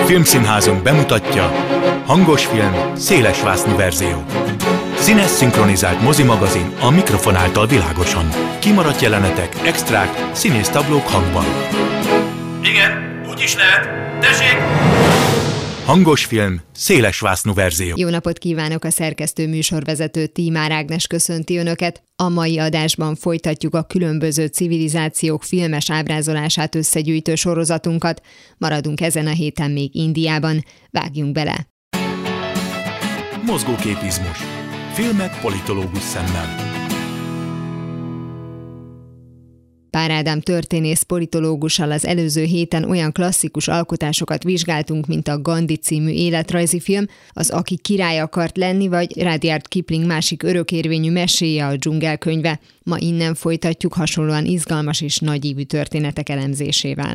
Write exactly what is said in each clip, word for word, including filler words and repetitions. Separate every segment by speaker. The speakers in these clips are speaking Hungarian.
Speaker 1: Filmszínházunk bemutatja hangos film, szélesvásznú verzió. Színes szinkronizált mozimagazin a mikrofon által világosan. Kimaradt jelenetek, extrák, színésztablók hangban.
Speaker 2: Igen, úgy is lehet. Tessék!
Speaker 1: Hangos film, szélesvásznú verzió.
Speaker 3: Jó napot kívánok, a szerkesztő műsorvezető Tímár Ágnes köszönti Önöket. A mai adásban folytatjuk a különböző civilizációk filmes ábrázolását összegyűjtő sorozatunkat. Maradunk ezen a héten még Indiában. Vágjunk bele!
Speaker 1: Mozgóképizmus. Filmek politológus szemmel.
Speaker 3: Pár Ádám történész politológussal az előző héten olyan klasszikus alkotásokat vizsgáltunk, mint a Gandhi című életrajzi film, az Aki király akart lenni, vagy Rudyard Kipling másik örökérvényű meséje, a Dzsungelkönyve. Ma innen folytatjuk hasonlóan izgalmas és nagyívű történetek elemzésével.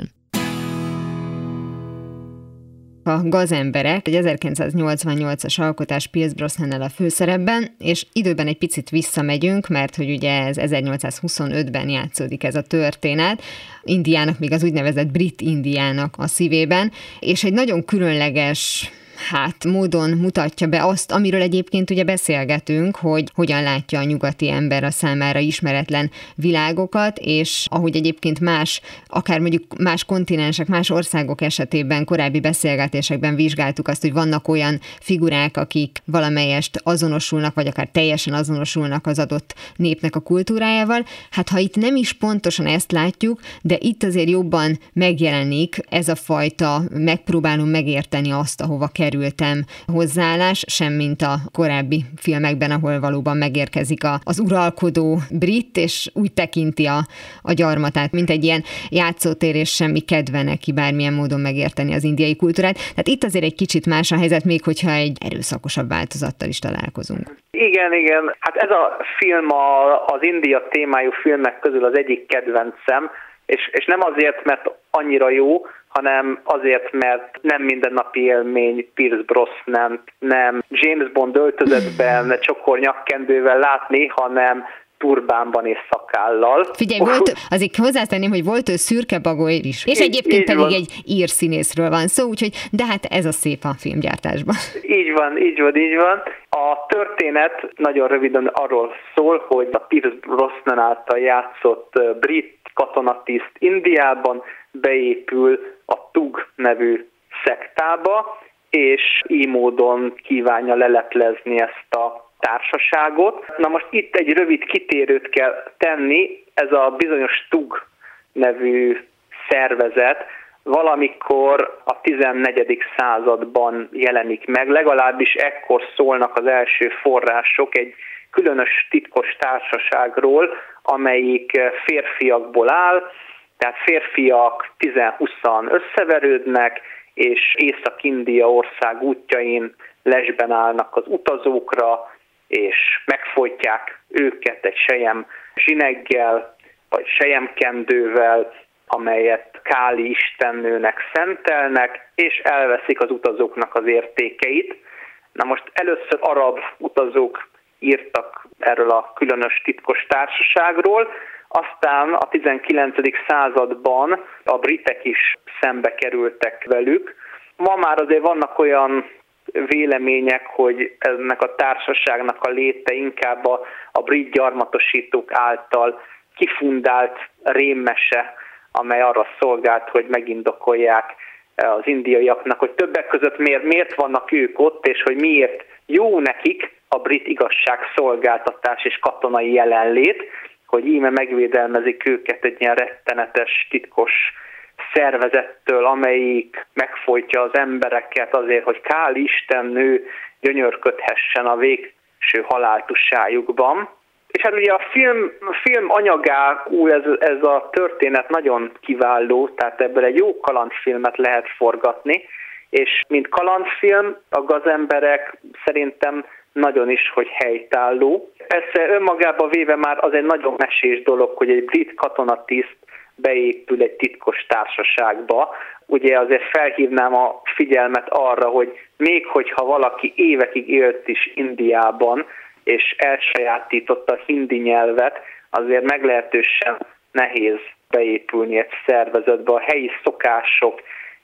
Speaker 3: A Gazemberek egy ezerkilencszáznyolcvannyolcas alkotás Pierce Brosnannal a főszerepben, és időben egy picit visszamegyünk, mert hogy ugye ez ezernyolcszázhuszonötben játszódik ez a történet, Indiának, még az úgynevezett brit Indiának a szívében, és egy nagyon különleges hát módon mutatja be azt, amiről egyébként ugye beszélgetünk, hogy hogyan látja a nyugati ember a számára ismeretlen világokat, és ahogy egyébként más, akár mondjuk más kontinensek, más országok esetében korábbi beszélgetésekben vizsgáltuk azt, hogy vannak olyan figurák, akik valamelyest azonosulnak, vagy akár teljesen azonosulnak az adott népnek a kultúrájával. Hát ha itt nem is pontosan ezt látjuk, de itt azért jobban megjelenik ez a fajta, megpróbálom megérteni azt, ahova kerül kerültem hozzáállás, sem mint a korábbi filmekben, ahol valóban megérkezik a, az uralkodó brit, és úgy tekinti a, a gyarmatát, mint egy ilyen játszótér, és semmi kedve neki bármilyen módon megérteni az indiai kultúrát. Tehát itt azért egy kicsit más a helyzet, még hogyha egy erőszakosabb változattal is találkozunk.
Speaker 4: Igen, igen. Hát ez a film a, az India témájú filmek közül az egyik kedvencem, és, és nem azért, mert annyira jó, hanem azért, mert nem mindennapi élmény Pierce Brosnan, nem James Bond öltözetben, csokor nyakkendővel látni, hanem turbánban és szakállal.
Speaker 3: Figyelj, volt, azért hozzátenném, hogy volt ő szürke bagoly is, és így, egyébként így pedig van. Egy ír színészről van szó, úgyhogy, de hát ez a szép a filmgyártásban.
Speaker 4: Így van, így van, így van. A történet nagyon röviden arról szól, hogy a Pierce Brosnan által játszott brit katonatiszt Indiában beépül a Tug nevű szektába, és így módon kívánja leleplezni ezt a társaságot. Na most itt egy rövid kitérőt kell tenni, ez a bizonyos Tug nevű szervezet valamikor a tizennegyedik században jelenik meg, legalábbis ekkor szólnak az első források egy különös titkos társaságról, amelyik férfiakból áll, tehát férfiak tíz-húszan összeverődnek, és Észak-India ország útjain lesben állnak az utazókra, és megfojtják őket egy sejem zsineggel, vagy selyemkendővel, amelyet Káli istennőnek szentelnek, és elveszik az utazóknak az értékeit. Na most először arab utazók írtak erről a különös titkos társaságról, aztán a tizenkilencedik században a britek is szembe kerültek velük. Ma már azért vannak olyan vélemények, hogy ennek a társaságnak a léte inkább a, a brit gyarmatosítók által kifundált rémmese, amely arra szolgált, hogy megindokolják az indiaiaknak, hogy többek között miért, miért vannak ők ott, és hogy miért jó nekik a brit igazságszolgáltatás és katonai jelenlét, hogy íme megvédelmezik őket egy ilyen rettenetes, titkos szervezettől, amelyik megfojtja az embereket azért, hogy Káli istennő gyönyörködhessen a végső haláltusájukban. És hát ugye a film, a film anyagául ez, ez a történet nagyon kiváló, tehát ebből egy jó kalandfilmet lehet forgatni, és mint kalandfilm a Gazemberek szerintem nagyon is, hogy helytálló. Persze önmagában véve már az egy nagyon mesés dolog, hogy egy brit katonatiszt beépül egy titkos társaságba. Ugye azért felhívnám a figyelmet arra, hogy még hogyha valaki évekig élt is Indiában, és elsajátította a hindi nyelvet, azért meglehetősen nehéz beépülni egy szervezetbe. A helyi szokások,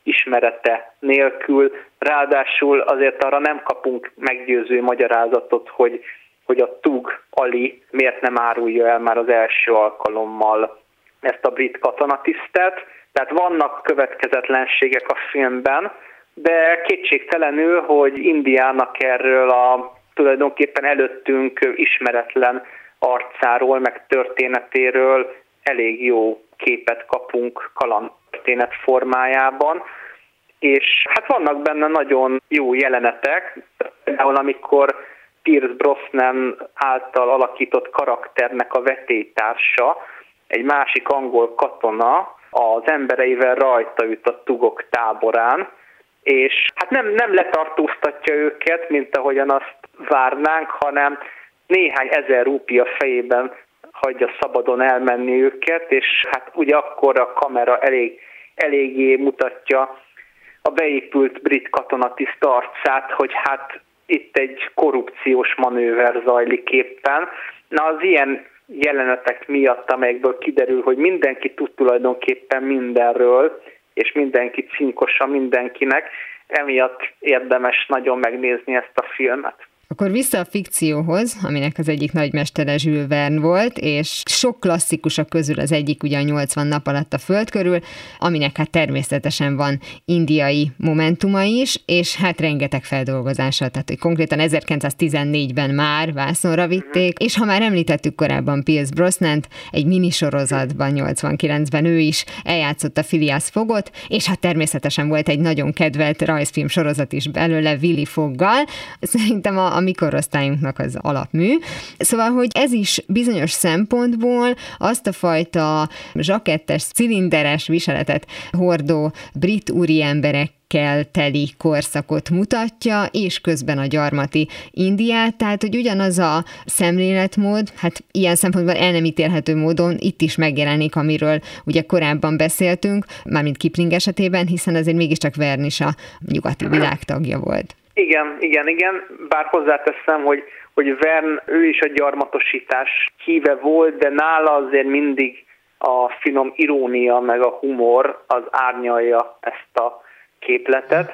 Speaker 4: ismerete nélkül. Ráadásul azért arra nem kapunk meggyőző magyarázatot, hogy, hogy a Tug Ali miért nem árulja el már az első alkalommal ezt a brit katonatisztet. Tehát vannak következetlenségek a filmben, de kétségtelenül, hogy Indiának erről a tulajdonképpen előttünk ismeretlen arcáról, meg történetéről elég jó képet kapunk kalandtörténet formájában, és hát vannak benne nagyon jó jelenetek, például amikor Pierce Brosnan által alakított karakternek a vetélytársa, egy másik angol katona az embereivel rajta üt a Tugok táborán, és hát nem, nem letartóztatja őket, mint ahogyan azt várnánk, hanem néhány ezer rúpia fejében hagyja szabadon elmenni őket, és hát ugye akkor a kamera elég, eléggé mutatja a beépült brit katonatiszt arcát, hogy hát itt egy korrupciós manőver zajlik éppen. Na az ilyen jelenetek miatt, amelyekből kiderül, hogy mindenki tud tulajdonképpen mindenről, és mindenki cinkosa mindenkinek, emiatt érdemes nagyon megnézni ezt a filmet.
Speaker 3: Akkor vissza a fikcióhoz, aminek az egyik nagymestere Jules Verne volt, és sok klasszikusok közül az egyik ugye a nyolcvan nap alatt a föld körül, aminek hát természetesen van indiai momentuma is, és hát rengeteg feldolgozása, tehát hogy konkrétan ezerkilencszáztizennégyben már vászonra vitték, és ha már említettük korábban Pierce Brosnant, egy minisorozatban nyolcvankilencben ő is eljátszotta Phileas Foggot, és hát természetesen volt egy nagyon kedvelt rajzfilm sorozat is belőle Willy Foggal. Szerintem a a mi korosztályunknak az alapmű. Szóval, hogy ez is bizonyos szempontból azt a fajta zsakettes, cilinderes viseletet hordó brit úriemberekkel teli korszakot mutatja, és közben a gyarmati Indiát, tehát, hogy ugyanaz a szemléletmód, hát ilyen szempontból el nem ítélhető módon itt is megjelenik, amiről ugye korábban beszéltünk, mármint Kipling esetében, hiszen azért mégiscsak Verne is a nyugati világ tagja volt.
Speaker 4: Igen, igen, igen, bár hozzáteszem, hogy, hogy Verne, ő is a gyarmatosítás híve volt, de nála azért mindig a finom irónia meg a humor az árnyalja ezt a képletet,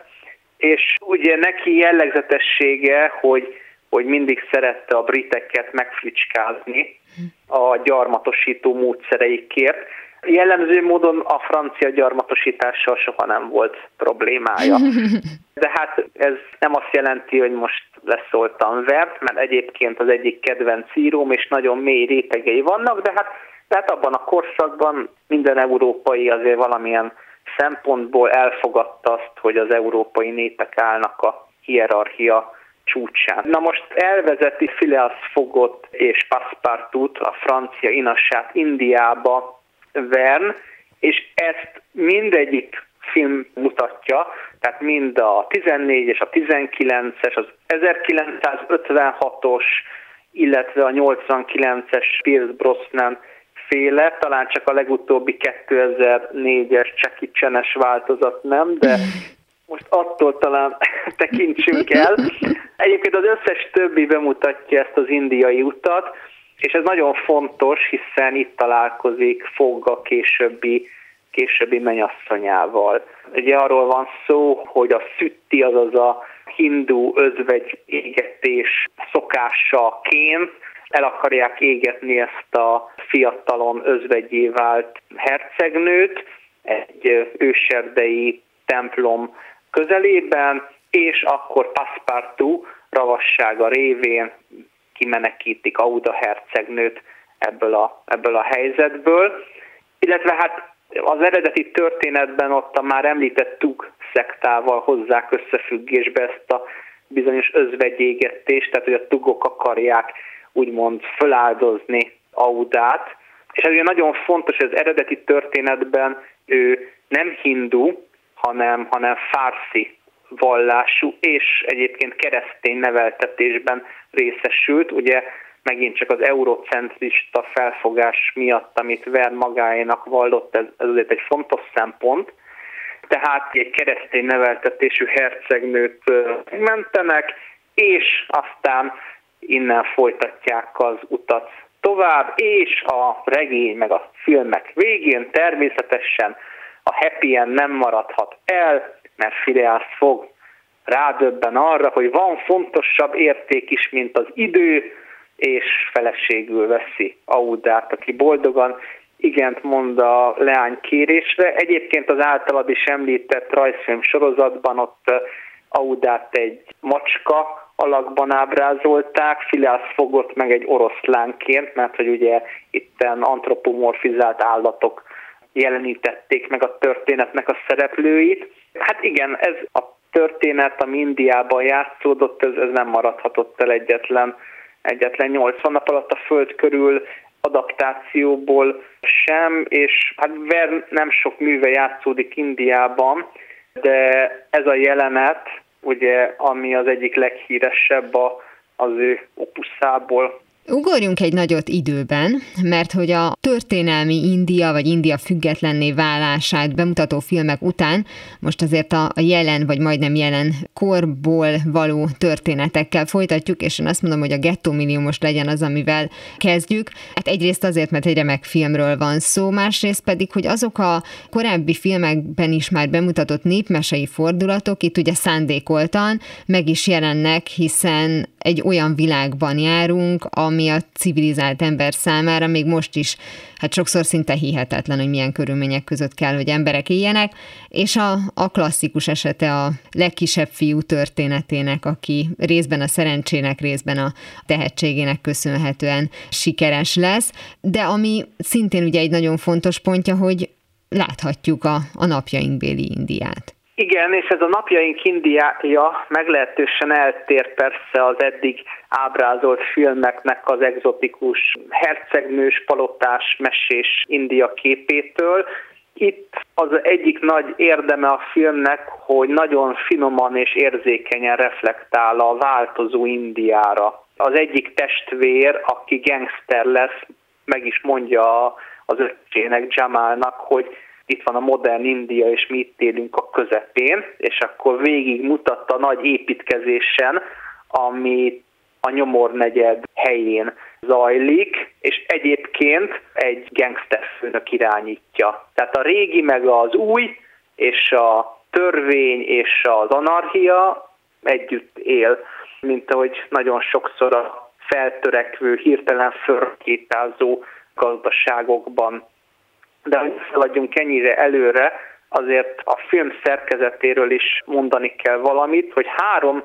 Speaker 4: és ugye neki jellegzetessége, hogy, hogy mindig szerette a briteket megflicskázni a gyarmatosító módszereikért. Jellemző módon a francia gyarmatosítással soha nem volt problémája. De hát ez nem azt jelenti, hogy most leszóltam Verne, mert egyébként az egyik kedvenc íróm, és nagyon mély rétegei vannak, de hát, de hát abban a korszakban minden európai azért valamilyen szempontból elfogadta azt, hogy az európai népek állnak a hierarchia csúcsán. Na most elvezeti Phileas Foggot és Passepartout, a francia inassát Indiába Verne, és ezt mindegyik film mutatja, tehát mind a tizennégyes, a tizenkilences, az ezerkilencszázötvenhatos, illetve a nyolcvankilences Pierce Brosnan féle, talán csak a legutóbbi kétezer-négyes Jackie Chan-es változat nem, de most attól talán tekintsünk el. Egyébként az összes többi bemutatja ezt az indiai utat, és ez nagyon fontos, hiszen itt találkozik Fogg a későbbi, későbbi mennyasszonyával. Ugye arról van szó, hogy a szütti, azaz a hindu özvegy égetés szokásaként el akarják égetni ezt a fiatalon özvegyé vált hercegnőt egy őserdei templom közelében, és akkor Passepartout ravassága révén kimenekítik Aouda hercegnőt ebből a, ebből a helyzetből. Illetve hát az eredeti történetben ott a már említett Tug szektával hozzák összefüggésbe ezt a bizonyos özvegyégetést, tehát hogy a Tugok akarják úgymond föláldozni Aoudát. És ez ugye nagyon fontos, hogy az eredeti történetben ő nem hindu, hanem, hanem fársi vallású, és egyébként keresztény neveltetésben részesült. Ugye megint csak az eurocentrista felfogás miatt, amit Verne magáénak vallott, ez, ez azért egy fontos szempont. Tehát egy keresztény neveltetésű hercegnőt megmentenek, és aztán innen folytatják az utat tovább, és a regény meg a filmek végén természetesen a happy end nem maradhat el, mert Phileas Fogg rádöbben arra, hogy van fontosabb érték is, mint az idő, és feleségül veszi Audát, aki boldogan igent mond a leány kérésre. Egyébként az általad is említett rajzfilm sorozatban ott Audát egy macska alakban ábrázolták, Phileas Foggot meg egy oroszlánként, mert hogy ugye itten antropomorfizált állatok jelenítették meg a történetnek a szereplőit. Hát igen, ez a történet, ami Indiában játszódott, ez, ez nem maradhatott el egyetlen, egyetlen nyolcvan nap alatt a Föld körül adaptációból sem, és hát Verne nem sok műve játszódik Indiában, de ez a jelenet, ugye, ami az egyik leghíresebb a, az ő opuszából.
Speaker 3: Ugorjunk egy nagyot időben, mert hogy a történelmi India, vagy India függetlenné válását bemutató filmek után most azért a jelen, vagy majdnem jelen korból való történetekkel folytatjuk, és én azt mondom, hogy a Gettó Millió most legyen az, amivel kezdjük. Hát egyrészt azért, mert egy remek filmről van szó, másrészt pedig, hogy azok a korábbi filmekben is már bemutatott népmesei fordulatok itt ugye szándékoltan meg is jelennek, hiszen egy olyan világban járunk, ami a civilizált ember számára még most is, hát sokszor szinte hihetetlen, hogy milyen körülmények között kell, hogy emberek éljenek, és a, a klasszikus esete a legkisebb fiú történetének, aki részben a szerencsének, részben a tehetségének köszönhetően sikeres lesz, de ami szintén ugye egy nagyon fontos pontja, hogy láthatjuk a, a napjainkbéli Indiát.
Speaker 4: Igen, és ez a napjaink Indiája meglehetősen eltér persze az eddig ábrázolt filmeknek az egzotikus hercegnős, palotás, mesés India képétől. Itt az egyik nagy érdeme a filmnek, hogy nagyon finoman és érzékenyen reflektál a változó Indiára. Az egyik testvér, aki gangster lesz, meg is mondja az öccsének, Jamalnak, hogy itt van a modern India, és mi itt élünk a közepén, és akkor végig mutatta a nagy építkezésen, ami a Nyomornegyed helyén zajlik, és egyébként egy gangsterfőnök irányítja. Tehát a régi meg az új, és a törvény és az anarchia együtt él, mint ahogy nagyon sokszor a feltörekvő, hirtelen fölkétázó gazdaságokban. De hogy szaladjunk ennyire előre, azért a film szerkezetéről is mondani kell valamit, hogy három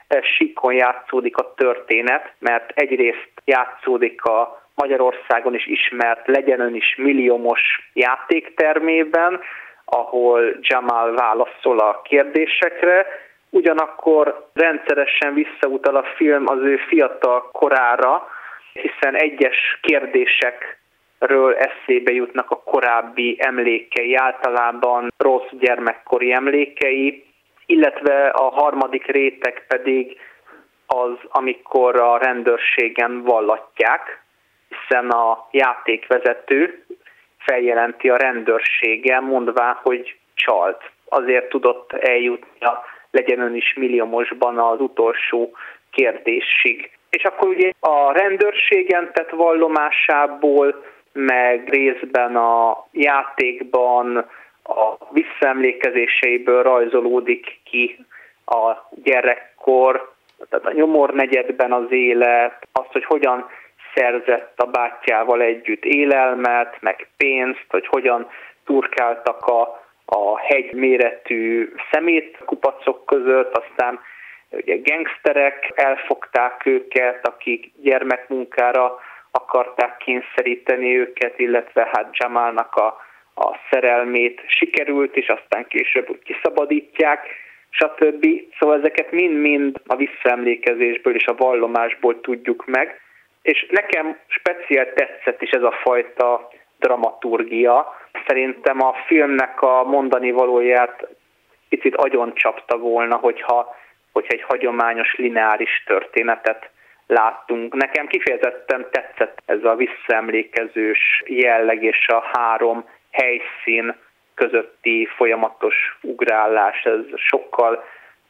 Speaker 4: síkon játszódik a történet, mert egyrészt játszódik a Magyarországon is ismert Legyen Ön is milliómos játéktermében, ahol Jamal válaszol a kérdésekre, ugyanakkor rendszeresen visszautal a film az ő fiatal korára, hiszen egyes kérdések ről eszébe jutnak a korábbi emlékei, általában rossz gyermekkori emlékei, illetve a harmadik réteg pedig az, amikor a rendőrségen vallatják, hiszen a játékvezető feljelenti a rendőrségen, mondván, hogy csalt. Azért tudott eljutni a Legyen Ön is milliómosban az utolsó kérdésig. És akkor ugye a rendőrségen tett vallomásából, meg részben a játékban a visszaemlékezéseiből rajzolódik ki a gyerekkor, tehát a Nyomornegyedben az élet, az, hogy hogyan szerzett a bátyjával együtt élelmet, meg pénzt, hogy hogyan turkáltak a, a hegyméretű szemétkupacok között, aztán ugye gengszterek elfogták őket, akik gyermekmunkára akarták kényszeríteni őket, illetve hát Jamalnak a, a szerelmét sikerült, és aztán később úgy kiszabadítják, stb. Szóval ezeket mind-mind a visszaemlékezésből és a vallomásból tudjuk meg, és nekem speciál tetszett is ez a fajta dramaturgia. Szerintem a filmnek a mondani valóját picit agyoncsapta volna, hogyha, hogyha egy hagyományos lineáris történetet láttunk. Nekem kifejezetten tetszett ez a visszaemlékezős jelleg és a három helyszín közötti folyamatos ugrálás. Ez sokkal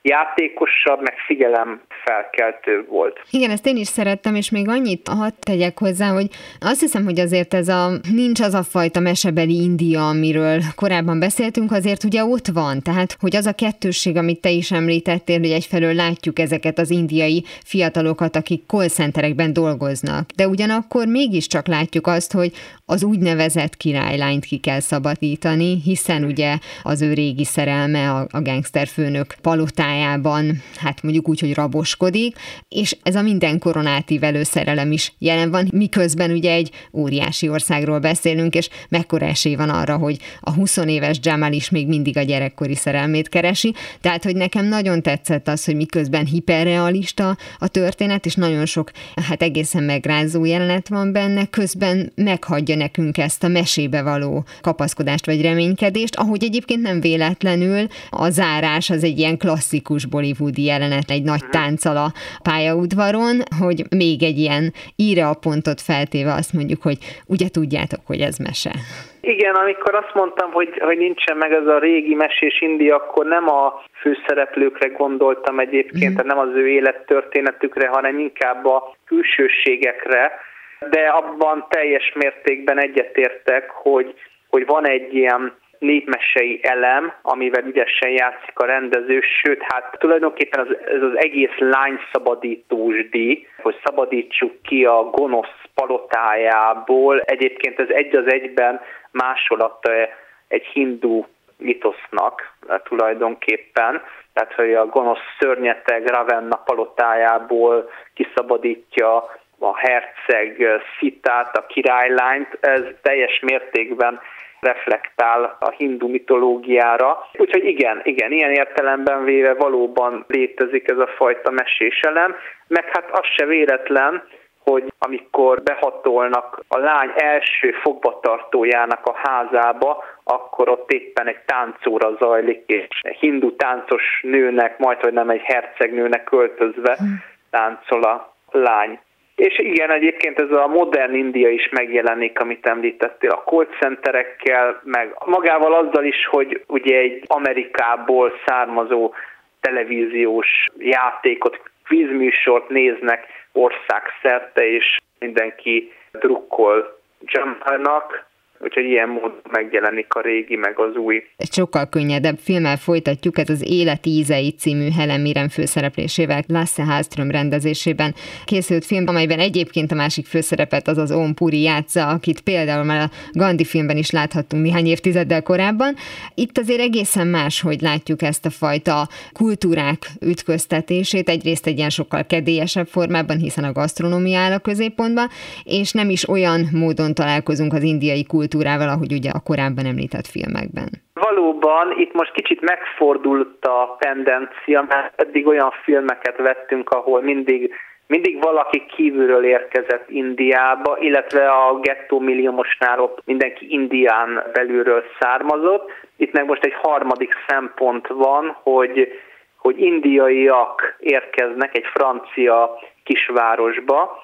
Speaker 4: játékosabb, meg figyelemfelkeltő volt.
Speaker 3: Igen, ezt én is szerettem, és még annyit hadd tegyek hozzá, hogy azt hiszem, hogy azért ez a, nincs az a fajta mesebeli India, amiről korábban beszéltünk, azért ugye ott van. Tehát, hogy az a kettősség, amit te is említettél, hogy egyfelől látjuk ezeket az indiai fiatalokat, akik call centerekben dolgoznak, de ugyanakkor mégiscsak látjuk azt, hogy az úgynevezett királylányt ki kell szabadítani, hiszen ugye az ő régi szerelme a, a gangsterfőnök palotájában, hát mondjuk úgy, hogy raboskodik, és ez a minden koronát ívelő szerelem is jelen van, miközben ugye egy óriási országról beszélünk, és mekkora esély van arra, hogy a huszonéves Jamal is még mindig a gyerekkori szerelmét keresi. Tehát, hogy nekem nagyon tetszett az, hogy miközben hiperrealista a történet, és nagyon sok, hát egészen megrázó jelenet van benne, közben meghagyja nekünk ezt a mesébe való kapaszkodást vagy reménykedést, ahogy egyébként nem véletlenül a zárás az egy ilyen klasszikus bollywoodi jelenet, egy nagy tánccal a pályaudvaron, hogy még egy ilyen íre a pontot feltéve azt mondjuk, hogy ugye tudjátok, hogy ez mese.
Speaker 4: Igen, amikor azt mondtam, hogy, hogy nincsen meg ez a régi mesés India, akkor nem a főszereplőkre gondoltam egyébként, mm. tehát nem az ő élettörténetükre, hanem inkább a külsőségekre, de abban teljes mértékben egyetértek, hogy, hogy van egy ilyen népmesei elem, amivel ügyesen játszik a rendező, sőt, hát tulajdonképpen az, ez az egész lányszabadítós díj, hogy szabadítsuk ki a gonosz palotájából. Egyébként ez egy az egyben másolata egy hindu mitosznak tulajdonképpen, tehát hogy a gonosz szörnyeteg Ravenna palotájából kiszabadítja a herceg Szitát, a királylányt, ez teljes mértékben reflektál a hindu mitológiára. Úgyhogy igen, igen, ilyen értelemben véve valóban létezik ez a fajta meséselem, meg hát az se véletlen, hogy amikor behatolnak a lány első fogvatartójának a házába, akkor ott éppen egy táncóra zajlik, és hindu táncos nőnek, majdhogy nem egy hercegnőnek öltözve táncol a lány. És igen, egyébként ez a modern India is megjelenik, amit említettél, a call centerekkel, meg magával azzal is, hogy ugye egy Amerikából származó televíziós játékot, kvízműsort néznek országszerte, és mindenki drukkol Jamalnak, úgyhogy ilyen módon megjelenik a régi, meg az új.
Speaker 3: Egy sokkal könnyedebb filmmel folytatjuk, ez az Élet ízei című Helen Mirren főszereplésével, Lasse Hallström rendezésében készült film, amelyben egyébként a másik főszerepet, azaz Om Puri játsza, akit például már a Gandhi filmben is láthattunk néhány évtizeddel korábban. Itt azért egészen más, hogy látjuk ezt a fajta kultúrák ütköztetését, egyrészt egy ilyen sokkal kedélyesebb formában, hiszen a gasztronómia áll a középpontban, és nem is olyan módon találkozunk az indiai kultúrával, kultúrával, ahogy ugye a korábban említett filmekben.
Speaker 4: Valóban, itt most kicsit megfordult a tendencia, mert eddig olyan filmeket vettünk, ahol mindig, mindig valaki kívülről érkezett Indiába, illetve a gettó milliómosnál ott mindenki Indián belülről származott. Itt meg most egy harmadik szempont van, hogy, hogy indiaiak érkeznek egy francia kisvárosba,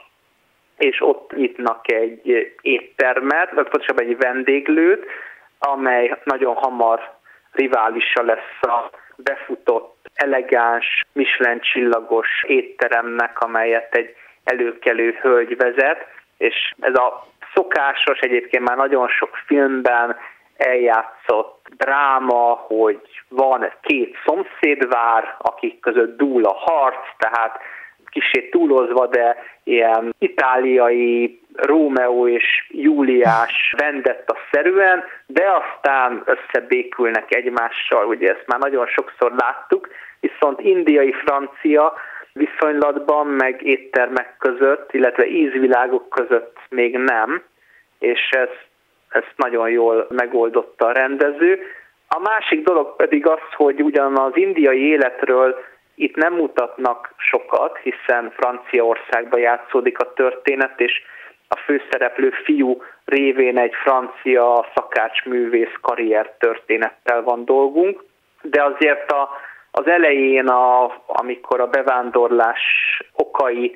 Speaker 4: és ott nyitnak egy éttermet, vagy pontosabban egy vendéglőt, amely nagyon hamar riválisa lesz a befutott, elegáns, Michelin csillagos étteremnek, amelyet egy előkelő hölgy vezet, és ez a szokásos, egyébként már nagyon sok filmben eljátszott dráma, hogy van két szomszédvár, akik között dúl a harc, tehát kissé túlozva, de ilyen itáliai Rómeó és Júliás vendetta-szerűen, de aztán összebékülnek egymással, ugye ezt már nagyon sokszor láttuk, viszont indiai-francia viszonylatban, meg éttermek között, illetve ízvilágok között még nem, és ezt, ezt nagyon jól megoldotta a rendező. A másik dolog pedig az, hogy ugyan az indiai életről itt nem mutatnak sokat, hiszen Franciaországban játszódik a történet, és a főszereplő fiú révén egy francia szakácsművész karrier történettel van dolgunk, de azért a, az elején, a, amikor a bevándorlás okai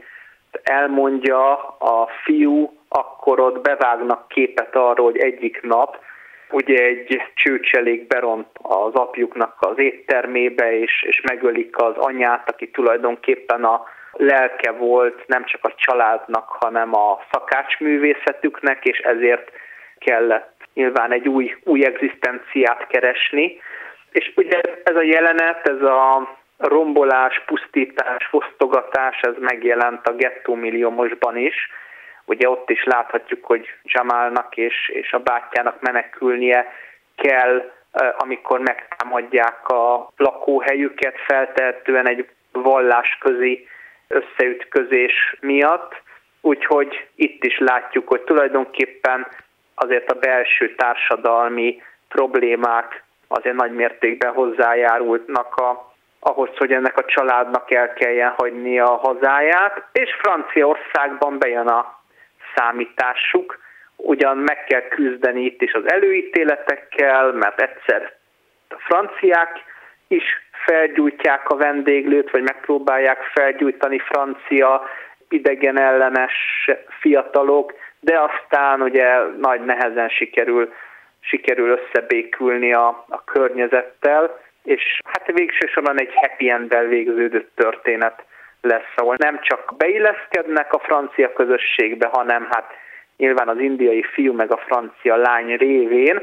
Speaker 4: elmondja a fiú, akkor ott bevágnak képet arról, hogy egyik nap ugye egy csőcselék beront az apjuknak az éttermébe, és, és megölik az anyát, aki tulajdonképpen a lelke volt nem csak a családnak, hanem a szakácsművészetüknek, és ezért kellett nyilván egy új, új egzisztenciát keresni. És ugye ez a jelenet, ez a rombolás, pusztítás, fosztogatás, ez megjelent a Gettó milliómosban is. Ugye ott is láthatjuk, hogy Jamalnak és, és a bátyjának menekülnie kell, amikor megtámadják a lakóhelyüket, feltehetően egy vallásközi összeütközés miatt. Úgyhogy itt is látjuk, hogy tulajdonképpen azért a belső társadalmi problémák azért nagy mértékben hozzájárultnak a, ahhoz, hogy ennek a családnak el kelljen hagyni a hazáját, és Franciaországban bejön a számításuk. Ugyan meg kell küzdeni itt is az előítéletekkel, mert egyszer a franciák is felgyújtják a vendéglőt, vagy megpróbálják felgyújtani francia idegen ellenes fiatalok, de aztán ugye nagy nehezen sikerül, sikerül összebékülni a, a környezettel, és hát végső soron egy happy enddel végződő történet lesz, ahol nem csak beilleszkednek a francia közösségbe, hanem hát nyilván az indiai fiú meg a francia lány révén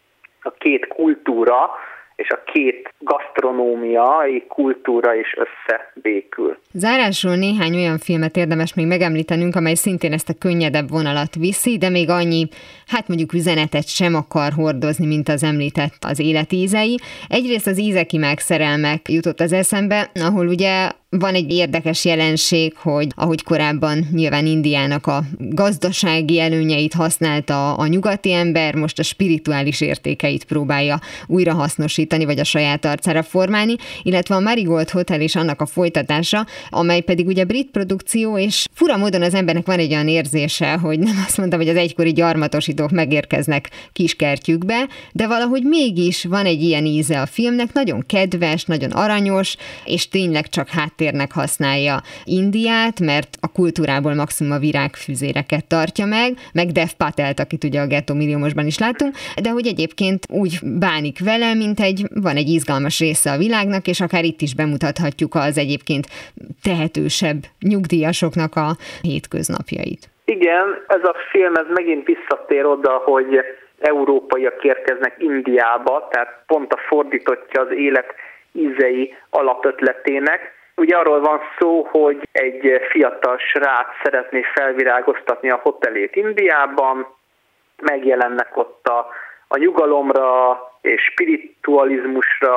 Speaker 4: a két kultúra és a két gasztronómiai kultúra is összebékül.
Speaker 3: Zárásul néhány olyan filmet érdemes még megemlítenünk, amely szintén ezt a könnyedebb vonalat viszi, de még annyi, hát mondjuk üzenetet sem akar hordozni, mint az említett az életízei. Egyrészt az Ízekimák szerelmek jutott az eszembe, ahol ugye van egy érdekes jelenség, hogy ahogy korábban nyilván Indiának a gazdasági előnyeit használta a nyugati ember, most a spirituális értékeit próbálja újra hasznosítani, vagy a saját arcára formálni, illetve a Marigold Hotel és annak a folytatása, amely pedig ugye brit produkció, és fura módon az embernek van egy olyan érzése, hogy nem azt mondtam, hogy az egykori gyarmatosítók megérkeznek kiskertjükbe, de valahogy mégis van egy ilyen íze a filmnek, nagyon kedves, nagyon aranyos, és tényleg csak hát térnek használja Indiát, mert a kultúrából maximum a virágfüzéreket tartja meg, meg Dev Patelt, akit ugye a Gettó milliómosban is látunk, de hogy egyébként úgy bánik vele, mint egy, van egy izgalmas része a világnak, és akár itt is bemutathatjuk az egyébként tehetősebb nyugdíjasoknak a hétköznapjait.
Speaker 4: Igen, ez a film ez megint visszatér oda, hogy európaiak érkeznek Indiába, tehát pont a fordítottja az élet ízei alapötletének. Ugye arról van szó, hogy egy fiatal srác szeretné felvirágoztatni a hotelét Indiában, megjelennek ott a, a nyugalomra és spiritualizmusra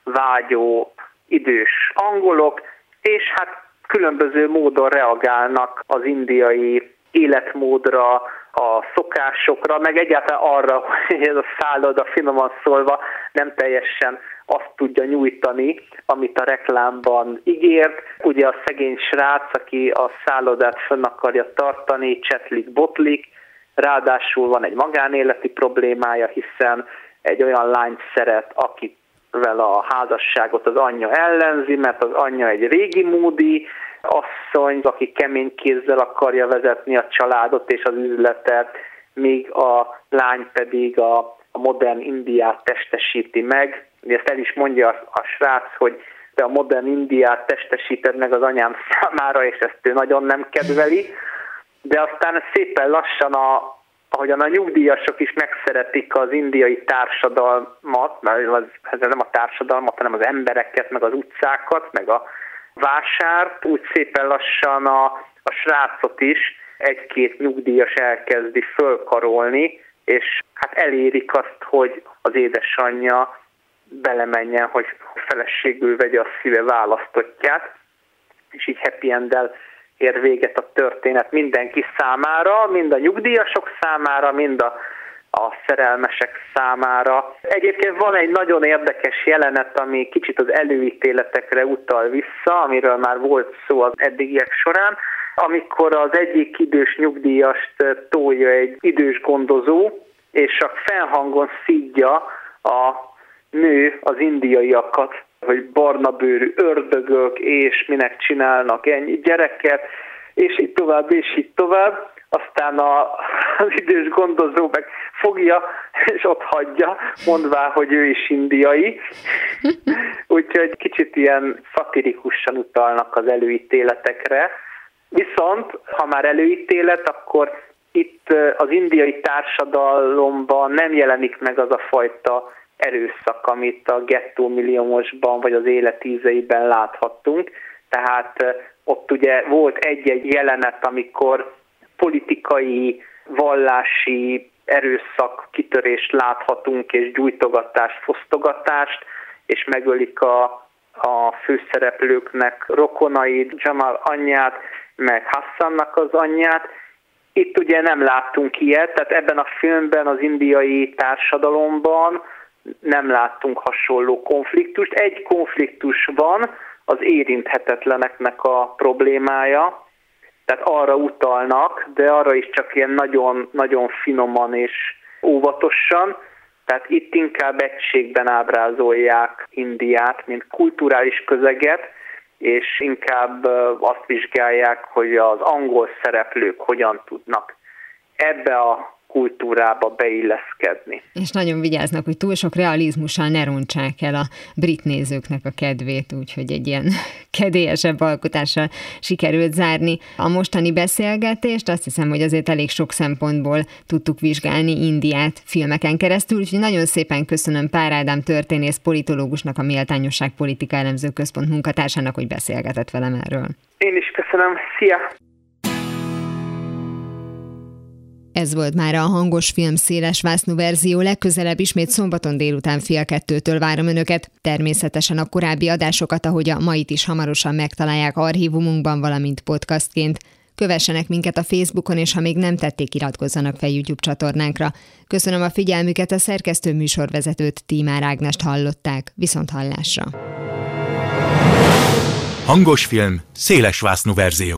Speaker 4: vágyó idős angolok, és hát különböző módon reagálnak az indiai életmódra, a szokásokra, meg egyáltalán arra, hogy ez a szálloda finoman szólva nem teljesen azt tudja nyújtani, amit a reklámban ígért. Ugye a szegény srác, aki a szállodát fönn akarja tartani, csetlik-botlik, ráadásul van egy magánéleti problémája, hiszen egy olyan lányt szeret, akivel a házasságot az anyja ellenzi, mert az anyja egy régi módi asszony, aki kemény kézzel akarja vezetni a családot és az üzletet, míg a lány pedig a, a modern Indiát testesíti meg. Ezt el is mondja a, a srác, hogy te a modern Indiát testesíted meg az anyám számára, és ezt ő nagyon nem kedveli. De aztán szépen lassan, a, ahogyan a nyugdíjasok is megszeretik az indiai társadalmat, mert ez nem a társadalmat, hanem az embereket, meg az utcákat, meg a vásárt, úgy szépen lassan a, a srácot is egy-két nyugdíjas elkezdi fölkarolni, és hát elérik azt, hogy az édesanyja belemenjen, hogy feleségül vegye a szíve választottját, és így happy enddel ér véget a történet mindenki számára, mind a nyugdíjasok számára, mind a, a szerelmesek számára. Egyébként van egy nagyon érdekes jelenet, ami kicsit az előítéletekre utal vissza, amiről már volt szó az eddigiek során, amikor az egyik idős nyugdíjast tolja egy idős gondozó, és a felhangon szídja a nő az indiaiakat, hogy barna bőrű ördögök, és minek csinálnak ennyi gyereket, és így tovább, és így tovább. Aztán a, az idős gondozó meg fogja és ott hagyja, mondvá, hogy ő is indiai. Úgyhogy kicsit ilyen szatirikusan utalnak az előítéletekre. Viszont, ha már előítélet, akkor itt az indiai társadalomban nem jelenik meg az a fajta erőszak, amit a Gettó milliómosban vagy az Élet ízeiben láthattunk. Tehát ott ugye volt egy-egy jelenet, amikor politikai, vallási erőszak kitörést láthatunk, és gyújtogatást, fosztogatást, és megölik a, a főszereplőknek rokonait, Jamal anyját, meg Hassannak az anyját. Itt ugye nem láttunk ilyet, tehát ebben a filmben az indiai társadalomban nem láttunk hasonló konfliktust. Egy konfliktus van, az érinthetetleneknek a problémája, tehát arra utalnak, de arra is csak ilyen nagyon, nagyon finoman és óvatosan. Tehát itt inkább egységben ábrázolják Indiát, mint kulturális közeget, és inkább azt vizsgálják, hogy az angol szereplők hogyan tudnak ebbe a kultúrába beilleszkedni.
Speaker 3: És nagyon vigyáznak, hogy túl sok realizmussal ne rontsák el a brit nézőknek a kedvét, úgyhogy egy ilyen kedélyesebb alkotással sikerült zárni a mostani beszélgetést. Azt hiszem, hogy azért elég sok szempontból tudtuk vizsgálni Indiát filmeken keresztül, úgyhogy nagyon szépen köszönöm Pár Ádám történész politológusnak, a Méltányosság Politika Elemző Központ munkatársának, hogy beszélgetett velem erről.
Speaker 4: Én is köszönöm. Szia!
Speaker 3: Ez volt már a Hangos Film szélesvásznú verzió, legközelebb ismét szombaton délután fél kettőtől várom Önöket. Természetesen a korábbi adásokat, ahogy a mait is hamarosan megtalálják archívumunkban, valamint podcastként. Kövessenek minket a Facebookon, és ha még nem tették, iratkozzanak fel YouTube csatornánkra. Köszönöm a figyelmüket, a szerkesztő műsorvezetőt, Tímár Ágnest hallották. Viszont hallásra!
Speaker 1: Hangos Film szélesvásznú verzió.